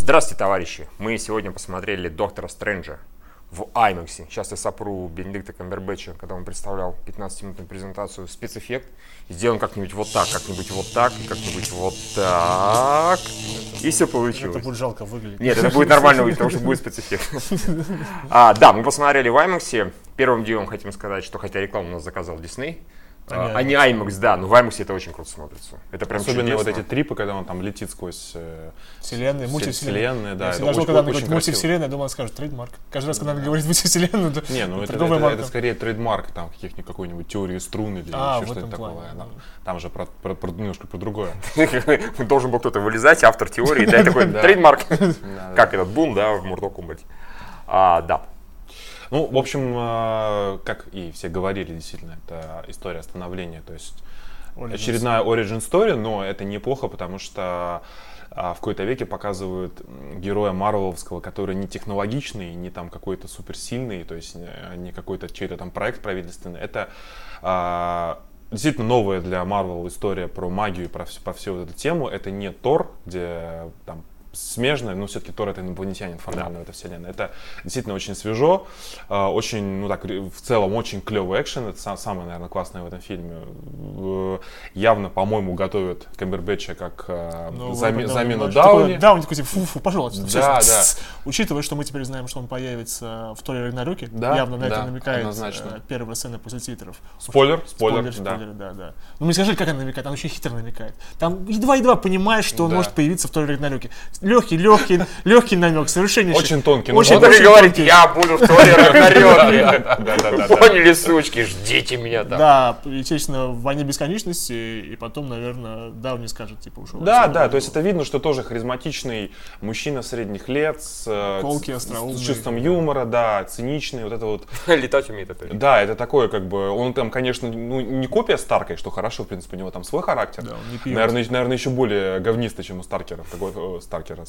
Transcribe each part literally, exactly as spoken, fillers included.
Здравствуйте, товарищи! Мы сегодня посмотрели «Доктора Стрэнджа» в IMAX. Сейчас я сопру Бенедикта Камбербэтча, когда он представлял пятнадцатиминутную презентацию, спецэффект. И сделаем как-нибудь вот так, как-нибудь вот так, и как-нибудь вот так. И все получилось. Это будет жалко выглядеть. Нет, это будет нормально выглядеть, потому что будет спецэффект. А, да, мы посмотрели в IMAX. Первым делом хотим сказать, что хотя рекламу у нас заказал Дисней, а не IMAX, да, но в IMAX это очень круто смотрится. Это прям особенно чудесно. Вот эти трипы, когда он там летит сквозь э, вселенные, мультивселенные. Да, я это даже очень, когда она очень говорит мультивселенная, я думаю, она скажет трейдмарк. Каждый раз, когда она говорит мультивселенную, то не, ну это, это, это, это скорее трейдмарк, там каких-нибудь какой-нибудь теории струн или а, еще что-то такое. Там, там же про, про, про, немножко про другое. Должен был кто-то вылезать, автор теории, дать такой трейдмарк. Как этот бум, да, в Mortal Kombat. Да. Ну, в общем, как и все говорили, действительно, это история становления, то есть Origins. Очередная origin story, но это неплохо, потому что а, в какой-то веке показывают героя марвеловского, который не технологичный, не там какой-то суперсильный, то есть не какой-то чей-то там проект правительственный. Это а, действительно новая для Марвел история про магию, про, про всю вот эту тему. Это не Тор, где там смежно, но все-таки Тор — это инопланетянин формально, да, в этой вселенной. Это действительно очень свежо, очень, ну так, в целом очень клевый экшен. Это самое, наверное, классное в этом фильме. Явно, по-моему, готовят Камбербэтча как ну, зам, замену Дауни. Дауни такой, типа, фу-фу, пожалуйста. Да, да. Учитывая, что мы теперь знаем, что он появится в Торе Рагнароке, да, явно на да, это намекает однозначно. Первая сцена после титров. Спойлер, спойлер, спойлер, да. спойлер, да, да. Ну, мне скажи, как она намекает, она очень хитро намекает. Там едва-едва понимаешь, что он да. может появиться в Торе Рагнароке. Легкий, легкий, легкий намек, совершеннейший. Очень тонкий. Очень, он очень говорит, тонкий. Я буду в Торе Рагнароке. Поняли, сучки, ждите меня там. Да, естественно, в «Войне бесконечности», и потом, наверное, Дауни скажет, типа, ушел. Да, да, то есть это видно, что тоже харизматичный мужчина средних лет, с, Колки, с, с чувством юмора, да, циничный, вот это вот. Летать умеет опять. Да, это такое, как бы, он там, конечно, ну, не копия Старка, что хорошо, в принципе, у него там свой характер. Да, он не пьет. Наверное, наверное, еще более говнистый, чем у Старкера. Такой, о, Старкера.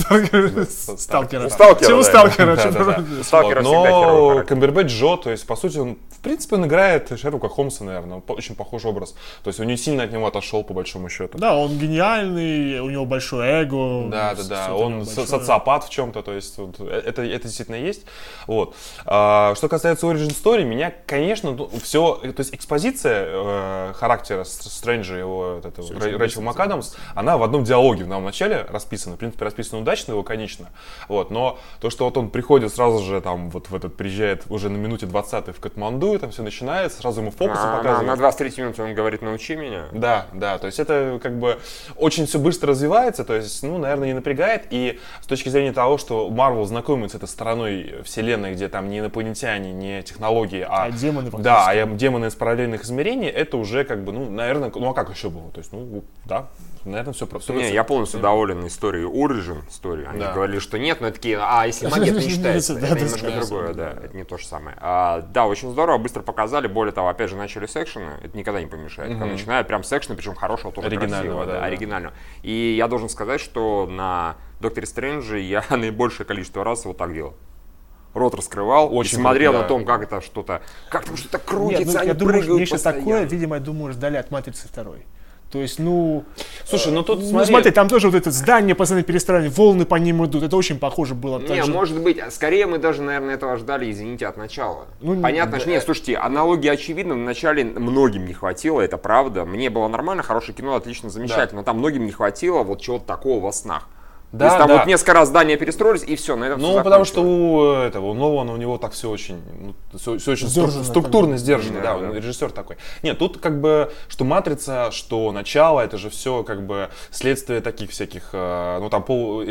Сталкера. Сталкера. Чего Сталкера? Сталкера но Камбербэтч Джо, то есть, по сути, он, в принципе, он играет Шерлока Холмса, наверное, очень похожий образ. То есть, он не сильно от него отошел, по большому счету. Да, он гениальный, у него большое эго. Да, да, да, он социопат в чем-то, то есть, это, это действительно есть. Вот. А, что касается Origin Story, меня, конечно, все, то есть, экспозиция э, характера Стрэнджа, его вот этого, Рэйчел МакАдамс, она в одном диалоге в самом начале расписана, в принципе, расписана удачно, лаконично. Вот, но то, что вот он приходит сразу же, там, вот в этот, приезжает уже на минуте двадцатой в Катманду, и там все начинается, сразу ему фокусы а, показывают. На, на двадцать третьей минуте он говорит, научи меня. Да, да, то есть это как бы очень все быстро развивается, то есть, ну, наверное, не напрягает, и с точки зрения того, что Марвел знакомится с этой стороной вселенной, где там не инопланетяне, не технологии, а, а демоны, да, а демоны из параллельных измерений, это уже как бы, ну, наверное, ну а как еще было, то есть, ну, да. Наверное, все просто. Не, я полностью доволен историей Origin Story. Они да. говорили, что нет, но такие, а если магия, то не считается. Это немножко другое, да, это не то же самое. Да, очень здорово, быстро показали. Более того, опять же, начали с экшена. Это никогда не помешает. Начинают прям с экшена, причем хорошего, тоже красивого, да, оригинального. И я должен сказать, что на Докторе Стрэнджи я наибольшее количество раз вот так делал. Рот раскрывал, очень и смотрел на том, как это что-то, как там что-то крутится, они прыгают постоянно. Такое, видимо, я думаю, ждали от «Матрицы» второй. То есть, ну... Слушай, ну тут, ну, смотри... смотри, там тоже вот это здание постоянно перестраивание, волны по ним идут, это очень похоже было. Не, же... может быть, скорее мы даже, наверное, этого ждали, извините, от начала. Ну, понятно, да. что нет, слушайте, аналогии очевидны, вначале многим не хватило, это правда. Мне было нормально, хорошее кино, отлично, замечательно, да. Но там многим не хватило вот чего-то такого во снах. Да, То есть там да. вот несколько раз здания перестроились, и все, на этом ну, все закончилось. Потому что у этого, у Нолана, у него так все очень, ну, все, все очень сдержанно, структурно сдержано, да, да, он да. режиссер такой. Нет, тут как бы, что «Матрица», что «Начало», это же все как бы следствие таких всяких, ну там,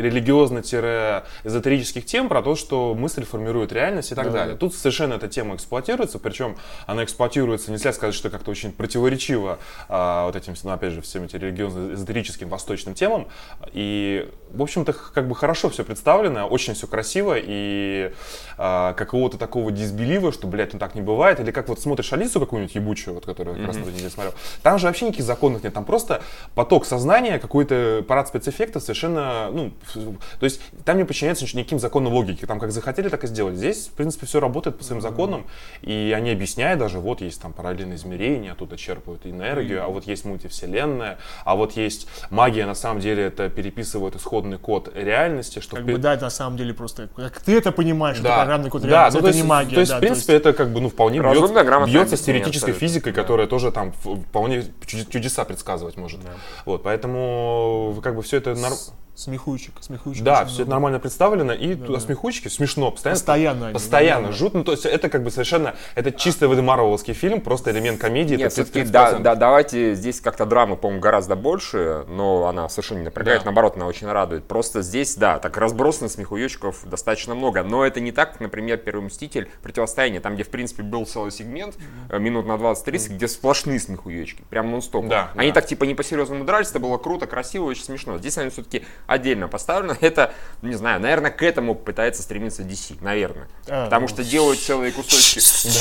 религиозно-эзотерических тем про то, что мысль формирует реальность и так да. далее. Тут совершенно эта тема эксплуатируется, причем она эксплуатируется, нельзя сказать, что как-то очень противоречиво а, вот этим, ну, опять же, всем этим религиозно-эзотерическим восточным темам. И, в общем, В общем-то, как бы хорошо все представлено, очень все красиво, и а, какого-то такого дисбелива, что, блядь, ну так не бывает, или как вот смотришь Алису какую-нибудь ебучую, вот, которую я как раз на неделе смотрел, там же вообще никаких законов нет, там просто поток сознания, какой-то парад спецэффектов совершенно, ну, то есть там не подчиняется никаким законам логики, там как захотели, так и сделали. Здесь, в принципе, все работает по своим законам, и они объясняют даже, вот есть там параллельные измерения, оттуда черпают энергию, а вот есть мультивселенная, а вот есть магия, на самом деле, это переписывает исходный код реальности, что... Как бы, да, это на самом деле просто... Как ты это понимаешь, да. это программный код да, реальности, ну, это то есть, не магия. То есть, да, в принципе, есть... это как бы, ну, вполне Разумно, бьется, бьется с объяснение, теоретической абсолютно. физикой, Да. которая тоже там вполне чудеса предсказывать может. Да. Вот, поэтому, как бы, все это... Нар... Смехуйчик, смехуйчик. Да, все это нормально представлено, и да, туда да. смехуйчики, смешно, постоянно. Постоянно. Постоянно они, жут, ну, то есть это как бы совершенно, это чистый воды марвеловский фильм, просто элемент комедии. Нет, это все-таки да, да, давайте, здесь как-то драмы, по-моему, гораздо больше, но она совершенно не напрягает, да. наоборот, она очень радует. Просто здесь, да, так разбросано смехуёчков достаточно много, но это не так, как, например, «Первый мститель. Противостояние», там, где, в принципе, был целый сегмент, минут на двадцать-тридцать, где сплошные смехуёчки, прям нон-стоп. Да, они да. так, типа, не по-серьезному дрались, это было круто, красиво, очень смешно. Здесь они все-таки отдельно поставлены, это, не знаю, наверное, к этому пытается стремиться ди си, наверное. А, Потому ну... что делают целые кусочки.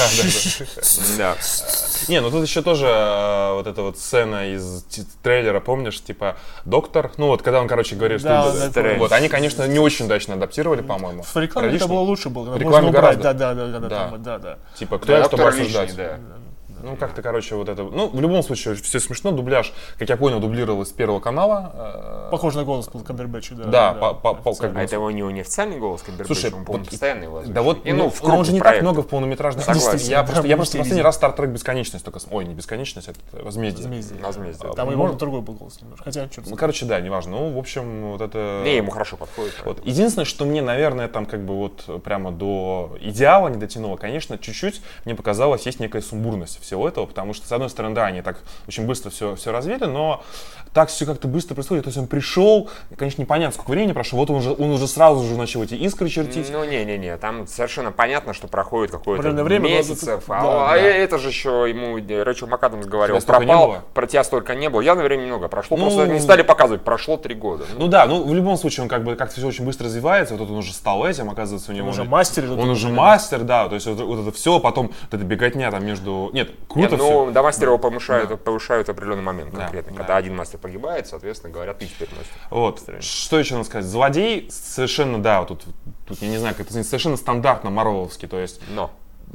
Да, да, да. Не, ну тут еще тоже вот эта вот сцена из трейлера, помнишь, типа, доктор, ну вот, когда он, короче, говорит, что... Вот, они, конечно, не очень удачно адаптировали, по-моему. В рекламе это было лучше было. В рекламе гораздо. Да, да, да, да, да, да. Типа, кто я, чтобы осуждать. Ну, как-то, короче, вот это... Ну, в любом случае, все смешно. Дубляж, как я понял, дублировал из Первого канала. Похож на голос Камбербэтча, да. Да, да, по, по, по, как бы... А это его не, не официальный голос Камбербэтча? Слушай, он, по-моему, постоянный его Да вот, и, ну, в он же не проекта. так много в полнометражных. Согласен. Я, да, просто, я просто последний видеть. раз Star Trek Бесконечность только... Ой, не Бесконечность, это Возмездие. Возмездие. Возмездие. Там и можно другой был голос немножко. Хотя, что Ну, короче, да, неважно. Ну, в общем, вот это... Не, ему хорошо подходит. Вот. Единственное, что мне, наверное, там как бы вот прямо до идеала не дотянуло, конечно, чуть-чуть мне показалось, есть некая сумбурность всего этого, потому что, с одной стороны, да, они так очень быстро все, все развили, но так все как-то быстро происходит. То есть он пришел, конечно, непонятно, сколько времени прошло, вот он уже, он уже сразу же начал эти искры чертить. Ну, не-не-не, там совершенно понятно, что проходит какое-то время, месяцев, да, а, да. а это же еще ему Рэйчел МакАдамс говорил, тебя пропал, про тебя столько не было, явно времени много прошло, ну, просто не стали показывать, прошло три года. Ну, ну да, ну в любом случае он как бы как-то все очень быстро развивается, вот он уже стал этим, оказывается, у него... Он уже мастер. Он уже мастер, да, то есть вот, вот это все, потом вот эта беготня там между... Нет, круто Нет, ну, все. до мастера его повышают, да. повышают в определенный момент конкретно, да, когда да. один мастер погибает, соответственно, говорят, ты теперь мастер. Вот, что еще надо сказать, злодей совершенно, да, вот тут, тут я не знаю, как это совершенно стандартно марвеловский, то есть... Но.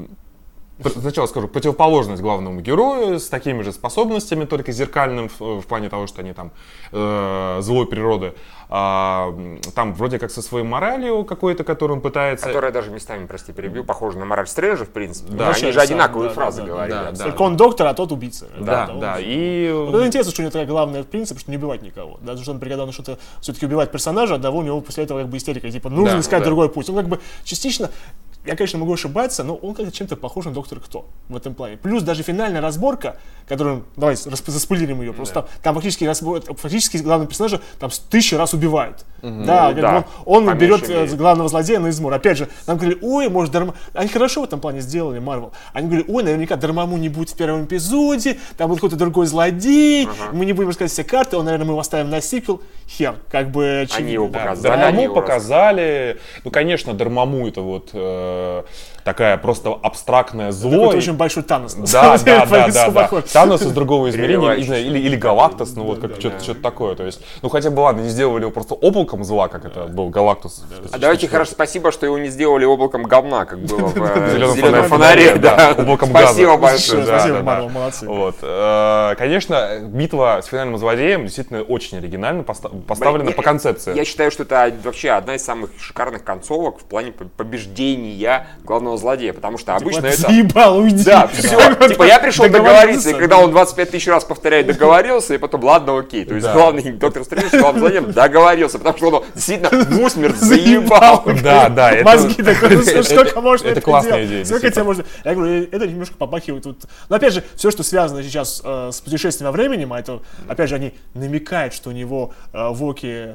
Сначала скажу, противоположность главному герою с такими же способностями, только зеркальным в, в плане того, что они там э, злой природы. А, там вроде как со своей моралью какой-то, которую он пытается... Которая даже местами, прости, перебью, похожа на мораль Стрэнджа, в принципе. Да, они же сам, одинаковые да, фразы да, говорили. да, да. Только он доктор, а тот убийца. Да, да. да, да. Он... И... Вот это интересно, что у него такой главный принцип, что не убивать никого. Даже что, например, когда он что-то все-таки убивает персонажа, одного у него после этого как бы истерика. Типа, нужно да, искать да. другой путь. Он как бы частично... Я, конечно, могу ошибаться, но он как-то чем-то похож на Доктор Кто в этом плане. Плюс даже финальная разборка, которую, давайте заспойлерим ее, просто да. там фактически, разбор, фактически главного персонажа там тысячи раз убивает. Угу. Да, ну, да. Он, он берет мере. главного злодея на измор. Опять же, нам говорили, ой, может, Дарма... Они хорошо в этом плане сделали, Марвел. Они говорили, ой, наверняка Дармаму не будет в первом эпизоде, там будет какой-то другой злодей, угу. мы не будем рассказать все карты, он, наверное, мы его оставим на сиквел. Хер, как бы... Очевидно. Они его да. показали. Дармаму они показали. Раз... Ну, конечно, Дармаму это вот... Э... такая просто абстрактное зло. Это очень большой Танос. Да, да, да, да, да. Танос из другого измерения, или, или Галактус, ну вот как да, что-то, да. что-то такое. То есть, ну хотя бы ладно, не сделали его просто облаком зла, как это был Галактус. А давайте хорошо, спасибо, что его не сделали облаком говна, как было в зеленом фонаре. Облаком газа. Спасибо большое. Спасибо, Марвел, молодцы. Вот. Конечно, битва с финальным злодеем действительно очень оригинально поставлена по концепции. Я считаю, что это вообще одна из самых шикарных концовок в плане побеждения главного злодея, потому что обычно типа, это... Заебал, уйди. Да, все. Типа я пришел договориться, и когда он двадцать пять тысяч раз повторяет договорился, и потом ладно, окей. То есть да. главный доктор Стрэндж с главным злодеем договорился, потому что он действительно в усмерть заебал. Да, да. Мозги такой, сколько можно это классная идея. Сколько тебе можно... Я говорю, это немножко попахивает. Но опять же, все, что связано сейчас с путешествием во времени, а это, опять же, они намекают, что у него в Оке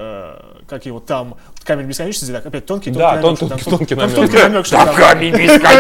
как его там, камень бесконечности, так, опять тонкий, тонкий да, намек. Да, тонкий, тонкий намек. Тонкий намек, что там камень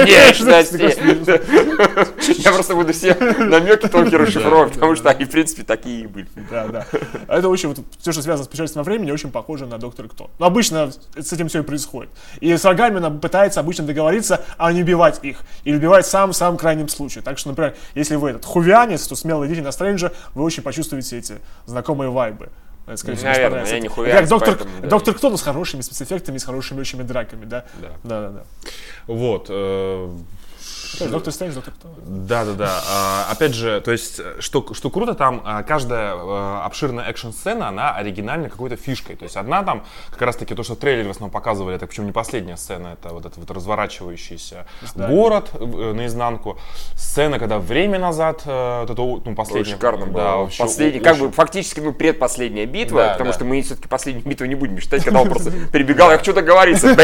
бесконечности. Я просто буду все намеки тонкие расшифровывать, потому что они, в принципе, такие и были. Да, да. Это очень, вот, все, что связано с путешествием во времени, очень похоже на Доктора Кто. Но обычно с этим все и происходит. И с врагами он пытается обычно договориться, а не убивать их. Или убивать сам в самом крайнем случае. Так что, например, если вы этот хувянец, то смело идите на Стрэнджа, вы очень почувствуете эти знакомые вайбы. Это, скорее всего, наверное, я не хуярюсь, как доктор, поэтому, да. доктор Кто, но с хорошими спецэффектами, с хорошими общими драками, да? Да, да, да. да. Вот. Э, Доктор Стрэндж, Доктор Кто. Да-да-да. А, опять же, то есть, что, что круто, там а, каждая а, обширная экшн-сцена, она оригинальна какой-то фишкой. То есть одна там, как раз-таки то, что в трейлере в основном показывали, это причем не последняя сцена, это вот этот вот разворачивающийся да. город э, наизнанку. Сцена, когда время назад, э, вот это, ну, последняя. Шикарно было. Да, вообще, Последний, очень... Как бы фактически ну, предпоследняя битва, да, потому да. что мы все-таки последнюю битву не будем считать, когда он просто перебегал, я хочу договориться,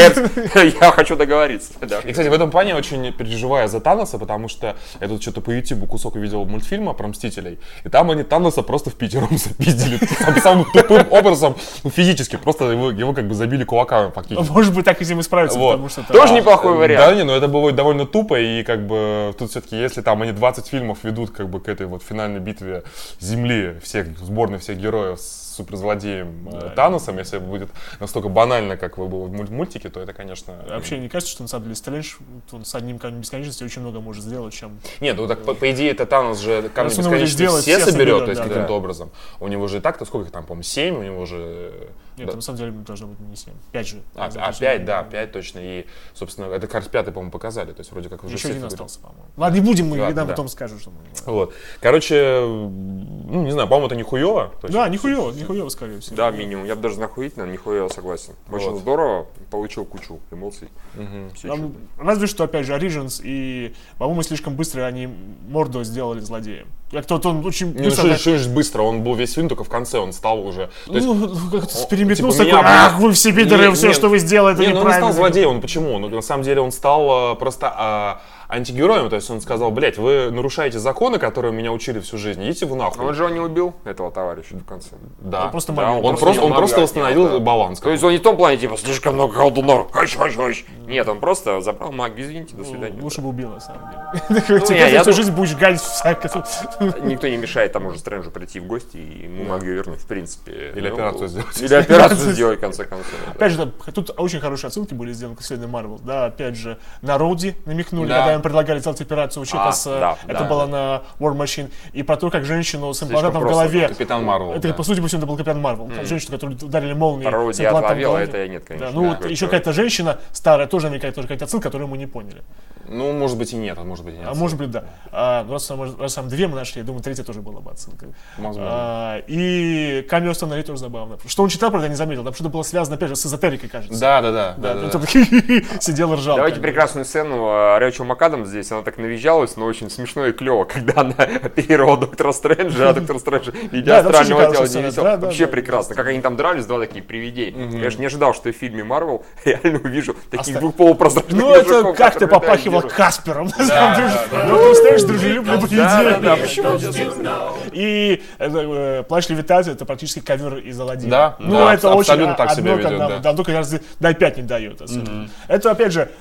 я хочу договориться. И, кстати, в этом плане очень переживаю за Таноса, потому что я тут что-то по ютубу кусок увидел мультфильма про Мстителей, и там они Таноса просто в пятером запиздили самым тупым образом, ну, физически, просто его, его как бы забили кулаками фактически. Может быть, так и с ним исправиться, вот. потому что... Тоже неплохой вариант. Да, не, но это было довольно тупо, и как бы тут все-таки, если там они двадцать фильмов ведут как бы к этой вот финальной битве Земли, всех, сборной всех героев с суперзлодеем да, Таносом, если будет настолько банально, как было в мультике, то это, конечно... Вообще не кажется, что на самом деле Стрэндж он с одним камнем бесконечности очень много может сделать, чем... Нет, ну так по, по идее это Танос же камни бесконечности все, все соберет, соберет, то есть да, каким-то да. образом. У него же и так-то сколько их там, по-моему, семь, у него же... Нет, да. на самом деле должно быть не семь, пять же. А, а пять, да, пять точно. И, собственно, это как раз пятый, по-моему, показали. То есть вроде как уже еще один остался, по-моему. Ладно, не будем, мы да, когда да. потом скажем, что мы... Вот. Короче, ну, не знаю, по-моему, это нихуево. Да, нихуево, нихуево, скорее всего. Да, минимум. Я бы даже нахуительно, нихуево согласен. Очень вот. здорово, получил кучу эмоций. Угу. Там, разве что, опять же, Origins и, по-моему, слишком быстро они Мордо сделали злодеем. Как-то вот он очень быстро... Не, ну, что, что быстро, он был весь фильм, только в конце он стал уже... То есть, ну, как-то переметнулся типа, такой, ах, вы все пидоры, все, не, что вы сделали, это не, неправильно. Ну, он не стал злодеем, он почему? Ну, на самом деле он стал просто... А, антигероем, то есть он сказал, блядь, вы нарушаете законы, которые меня учили всю жизнь, идите вы нахуй. Он же не убил этого товарища в конце. Да. Он просто, да, он он просто, он просто восстановил да. баланс. То есть он не в том плане, типа, слишком много колдунов, хаш, хаш, хаш. Нет, он просто забрал магию, извините, до свидания. Ну, лучше бы убил, на самом деле. Ты всю жизнь будешь гадить всякое. Никто не мешает тому же Стрэнджу прийти в гости и ему магию вернуть, в принципе. Или операцию сделать. Или операцию сделать, в конце концов. Опять же, тут очень хорошие отсылки были сделаны к вселенной Марвел. Да, опять же, на Роуди намекнули, когда им предлагали сделать операцию. Учитывая, а, с, да, это да, было да. на War Machine. И про то, как женщину с имплантом в голове... Капитан Марвел. Это, да. по сути, это был Капитан Марвел. Mm. Женщину, которую ударили молнией Пародия с имплантом в голове. Это я нет, конечно. Да, ну, да, вот еще какая-то женщина старая, тоже наверняка тоже какая-то отсылка, которую мы не поняли. Ну, может быть и нет, а может быть и нет. А может быть, да. А, раз, раз там две мы нашли, я думаю, третья тоже была бы отсылка. А, и камео Стэна тоже забавно. Что он читал, правда, я не заметил. Там что-то было связано, опять же, с эзотерикой, кажется. Да, да, да. да, да, да. Сидел и ржал. Давайте прекрасную сцену Рэйчел МакАдамс здесь, она так навизжалась, но очень смешно и клево, когда она оперировала доктора Стрэнджа, а доктор Стрэндж в виде астрального тела не висел. Вообще прекрасно. Как они там дрались, два такие привидения. Я конечно, не ожидал, что в фильме Марвел реально увижу таких двух полупрозрачных мужиков. Ну, это как-то попахивало Каспером, на самом деле. Доктор Стрэндж дружелюбный привидение. И плащ левитации — это практически ковер из Аладдина. Да, ну это очень абсолютно так себя ведет. Да, только дай пять не дает. Это, опять же,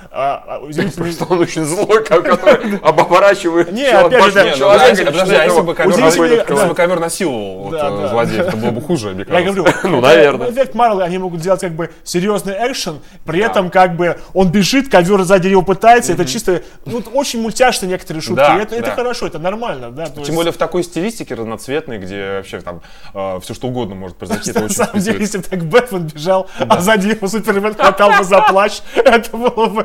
что он очень злой, который оборачивает. Не, опять же, человека. Подожди, а если бы ковер насиловал злодея, это было бы хуже, мне кажется. Я говорю, ну, наверное. Эффект Марвел, они могут делать как бы серьезный экшен, при этом как бы он бежит, ковер сзади его пытается, это чисто, ну, очень мультяшно некоторые шутки, это хорошо, это нормально, да. Тем более в такой стилистике разноцветной, где вообще там все что угодно может произойти. На самом деле, если бы так Бэтмен бежал, а сзади его Супермен хватал бы за плащ, это было бы...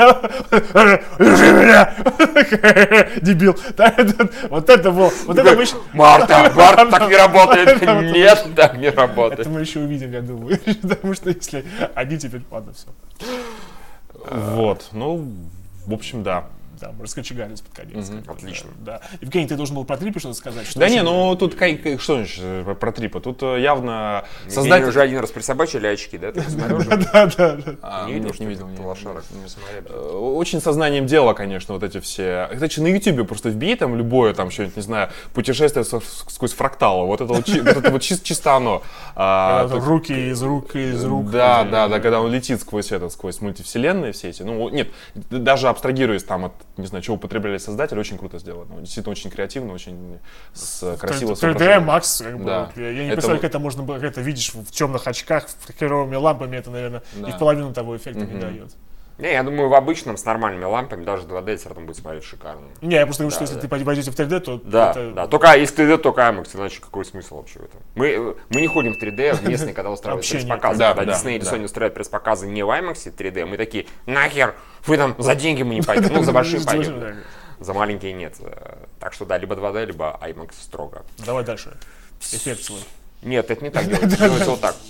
Дебил. Вот это было. Вот это мы... Марта, Марта, так не работает. Нет, так не работает. Это мы еще увидим, я думаю. Потому что если они теперь, ладно, все. Вот, ну, в общем, да. Да, мы раскочегарились под конец. Mm-hmm. Отлично. Да. Евгений, ты должен был про Трипа что-то сказать? Что да не, ну тут что значит про Трипа? Тут явно создатель... уже один раз присобачили очки, да? Да, да, да. Не видел, не видел. Очень сознанием дела, конечно, вот эти все... Кстати, на Ютубе просто вбей там любое, там что-нибудь, не знаю, путешествие сквозь фракталы. Вот это вот чисто оно. Руки из рук, из рук. Да, да, да, когда он летит сквозь это, сквозь мультивселенные все эти. Ну, нет, даже абстрагируясь там от не знаю, чего употребляли создатели, очень круто сделано. Действительно очень креативно, очень с, красиво. три дэ Max, как бы, да. Я не представляю, как это можно было, как это видишь в темных очках, с флюоровыми лампами, это, наверное, да. и в половину того эффекта mm-hmm. не дает. Не, я думаю, в обычном, с нормальными лампами, даже два дэ все равно будет смотреть шикарно. Не, я просто говорю, да, что если да. ты пойдете в три дэ, то... Да, это... да, только если три дэ, только IMAX, иначе какой смысл вообще в этом? Мы, мы не ходим в три дэ в местные, когда устраивают пресс-показы. Да, когда Disney или Sony устраивают пресс-показы не в IMAX три дэ, мы такие, нахер, вы там за деньги мы не пойдем, ну за большие пойдем. За маленькие нет. Так что да, либо два дэ, либо IMAX строго. Давай дальше. Эффект свой. Нет, это не так делается. Делается вот так.